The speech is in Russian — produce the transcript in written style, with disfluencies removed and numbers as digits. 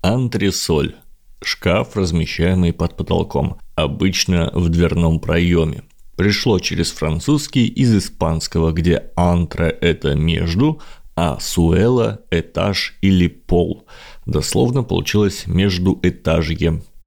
Антресоль – шкаф, размещаемый под потолком, обычно в дверном проеме. Пришло через французский из испанского, где антре – это между, а суэла – этаж или пол. Дословно получилось междуэтажье.